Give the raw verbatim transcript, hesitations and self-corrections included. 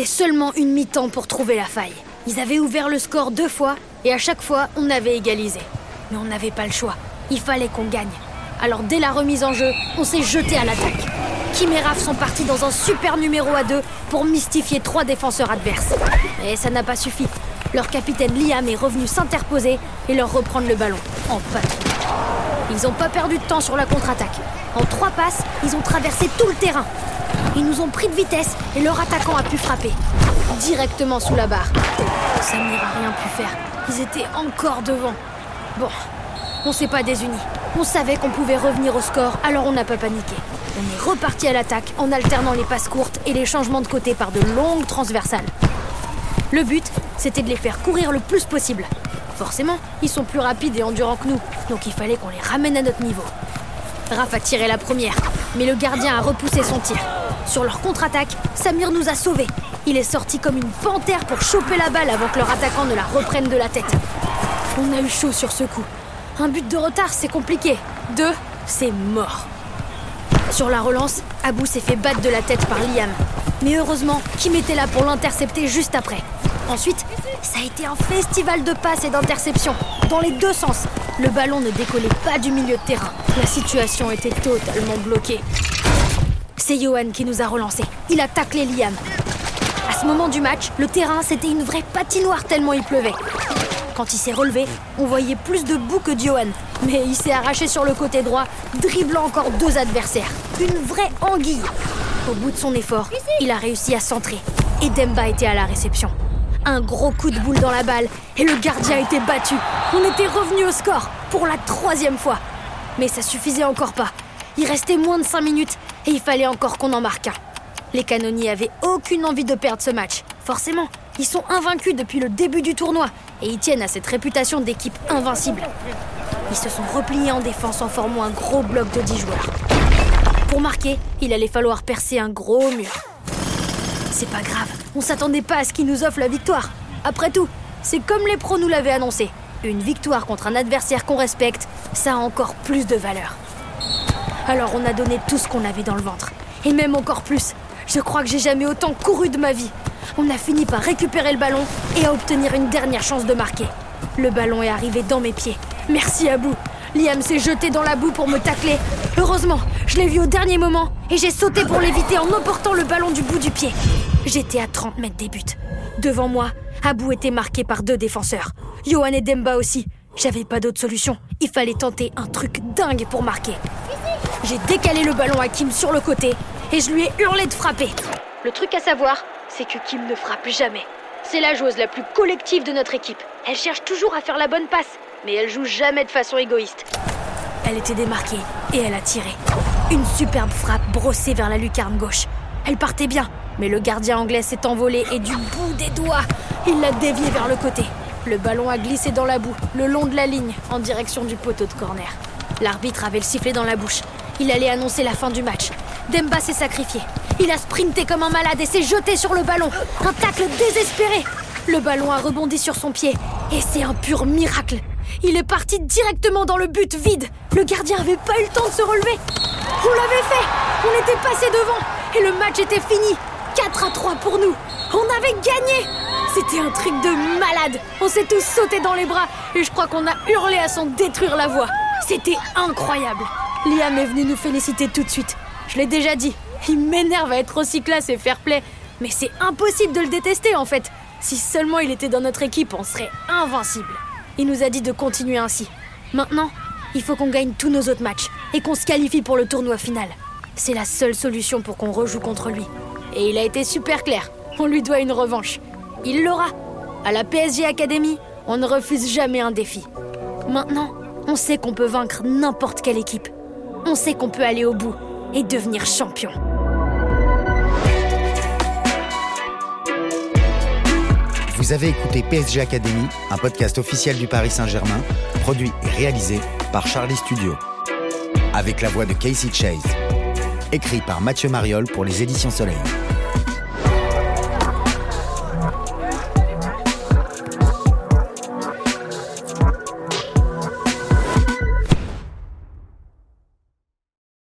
restait seulement une mi-temps pour trouver la faille. Ils avaient ouvert le score deux fois et à chaque fois, on avait égalisé. Mais on n'avait pas le choix. Il fallait qu'on gagne. Alors dès la remise en jeu, on s'est jeté à l'attaque. Kim et Raph sont partis dans un super numéro à deux pour mystifier trois défenseurs adverses. Mais ça n'a pas suffi. Leur capitaine Liam est revenu s'interposer et leur reprendre le ballon, en patrouille. Ils n'ont pas perdu de temps sur la contre-attaque. En trois passes, ils ont traversé tout le terrain. Ils nous ont pris de vitesse et leur attaquant a pu frapper. Directement sous la barre. Samir n'a rien pu faire. Ils étaient encore devant. Bon, on s'est pas désunis. On savait qu'on pouvait revenir au score, alors on n'a pas paniqué. On est reparti à l'attaque en alternant les passes courtes et les changements de côté par de longues transversales. Le but, c'était de les faire courir le plus possible. Forcément, ils sont plus rapides et endurants que nous, donc il fallait qu'on les ramène à notre niveau. Raph a tiré la première, mais le gardien a repoussé son tir. Sur leur contre-attaque, Samir nous a sauvés. Il est sorti comme une panthère pour choper la balle avant que leur attaquant ne la reprenne de la tête. On a eu chaud sur ce coup. Un but de retard, c'est compliqué. Deux, c'est mort. Sur la relance, Abou s'est fait battre de la tête par Liam. Mais heureusement, Kim était là pour l'intercepter juste après. Ensuite, ça a été un festival de passes et d'interceptions, dans les deux sens. Le ballon ne décollait pas du milieu de terrain. La situation était totalement bloquée. C'est Johan qui nous a relancés. Il a taclé Liam. À ce moment du match, le terrain, c'était une vraie patinoire tellement il pleuvait. Quand il s'est relevé, on voyait plus de boue que Johan. Mais il s'est arraché sur le côté droit, dribblant encore deux adversaires. Une vraie anguille. Au bout de son effort, il a réussi à centrer. Et Demba était à la réception. Un gros coup de boule dans la balle et le gardien était battu. On était revenu au score pour la troisième fois. Mais ça suffisait encore pas. Il restait moins de cinq minutes et il fallait encore qu'on en marque un. Les canonniers avaient aucune envie de perdre ce match. Forcément, ils sont invaincus depuis le début du tournoi et ils tiennent à cette réputation d'équipe invincible. Ils se sont repliés en défense en formant un gros bloc de dix joueurs. Pour marquer, il allait falloir percer un gros mur. C'est pas grave, on s'attendait pas à ce qu'ils nous offrent la victoire. Après tout, c'est comme les pros nous l'avaient annoncé. Une victoire contre un adversaire qu'on respecte, ça a encore plus de valeur. Alors on a donné tout ce qu'on avait dans le ventre. Et même encore plus. Je crois que j'ai jamais autant couru de ma vie. On a fini par récupérer le ballon et à obtenir une dernière chance de marquer. Le ballon est arrivé dans mes pieds. Merci Abou. Liam s'est jeté dans la boue pour me tacler. Heureusement, je l'ai vu au dernier moment et j'ai sauté pour l'éviter en emportant le ballon du bout du pied. J'étais à trente mètres des buts. Devant moi, Abou était marqué par deux défenseurs. Johan et Demba aussi. J'avais pas d'autre solution. Il fallait tenter un truc dingue pour marquer. J'ai décalé le ballon à Kim sur le côté et je lui ai hurlé de frapper. Le truc à savoir, c'est que Kim ne frappe jamais. C'est la joueuse la plus collective de notre équipe. Elle cherche toujours à faire la bonne passe, mais elle joue jamais de façon égoïste. Elle était démarquée et elle a tiré. Une superbe frappe brossée vers la lucarne gauche. Elle partait bien, mais le gardien anglais s'est envolé et du bout des doigts, il l'a dévié vers le côté. Le ballon a glissé dans la boue, le long de la ligne, en direction du poteau de corner. L'arbitre avait le sifflet dans la bouche. Il allait annoncer la fin du match. Demba s'est sacrifié. Il a sprinté comme un malade et s'est jeté sur le ballon. Un tacle désespéré. Le ballon a rebondi sur son pied et c'est un pur miracle. Il est parti directement dans le but vide. Le gardien avait pas eu le temps de se relever. On l'avait fait. On était passé devant et le match était fini. quatre à trois pour nous. On avait gagné. C'était un truc de malade. On s'est tous sautés dans les bras et je crois qu'on a hurlé à s'en détruire la voix. C'était incroyable. Liam est venu nous féliciter tout de suite. Je l'ai déjà dit, il m'énerve à être aussi classe et fair play. Mais c'est impossible de le détester en fait. Si seulement il était dans notre équipe, on serait invincible. Il nous a dit de continuer ainsi. Maintenant, il faut qu'on gagne tous nos autres matchs et qu'on se qualifie pour le tournoi final. C'est la seule solution pour qu'on rejoue contre lui. Et il a été super clair, on lui doit une revanche. Il l'aura. À la P S G Academy, on ne refuse jamais un défi. Maintenant, on sait qu'on peut vaincre n'importe quelle équipe. On sait qu'on peut aller au bout et devenir champion. Vous avez écouté P S G Academy, un podcast officiel du Paris Saint-Germain, produit et réalisé par Charlie Studio. Avec la voix de Casey Chase. Écrit par Mathieu Mariol pour les Éditions Soleil.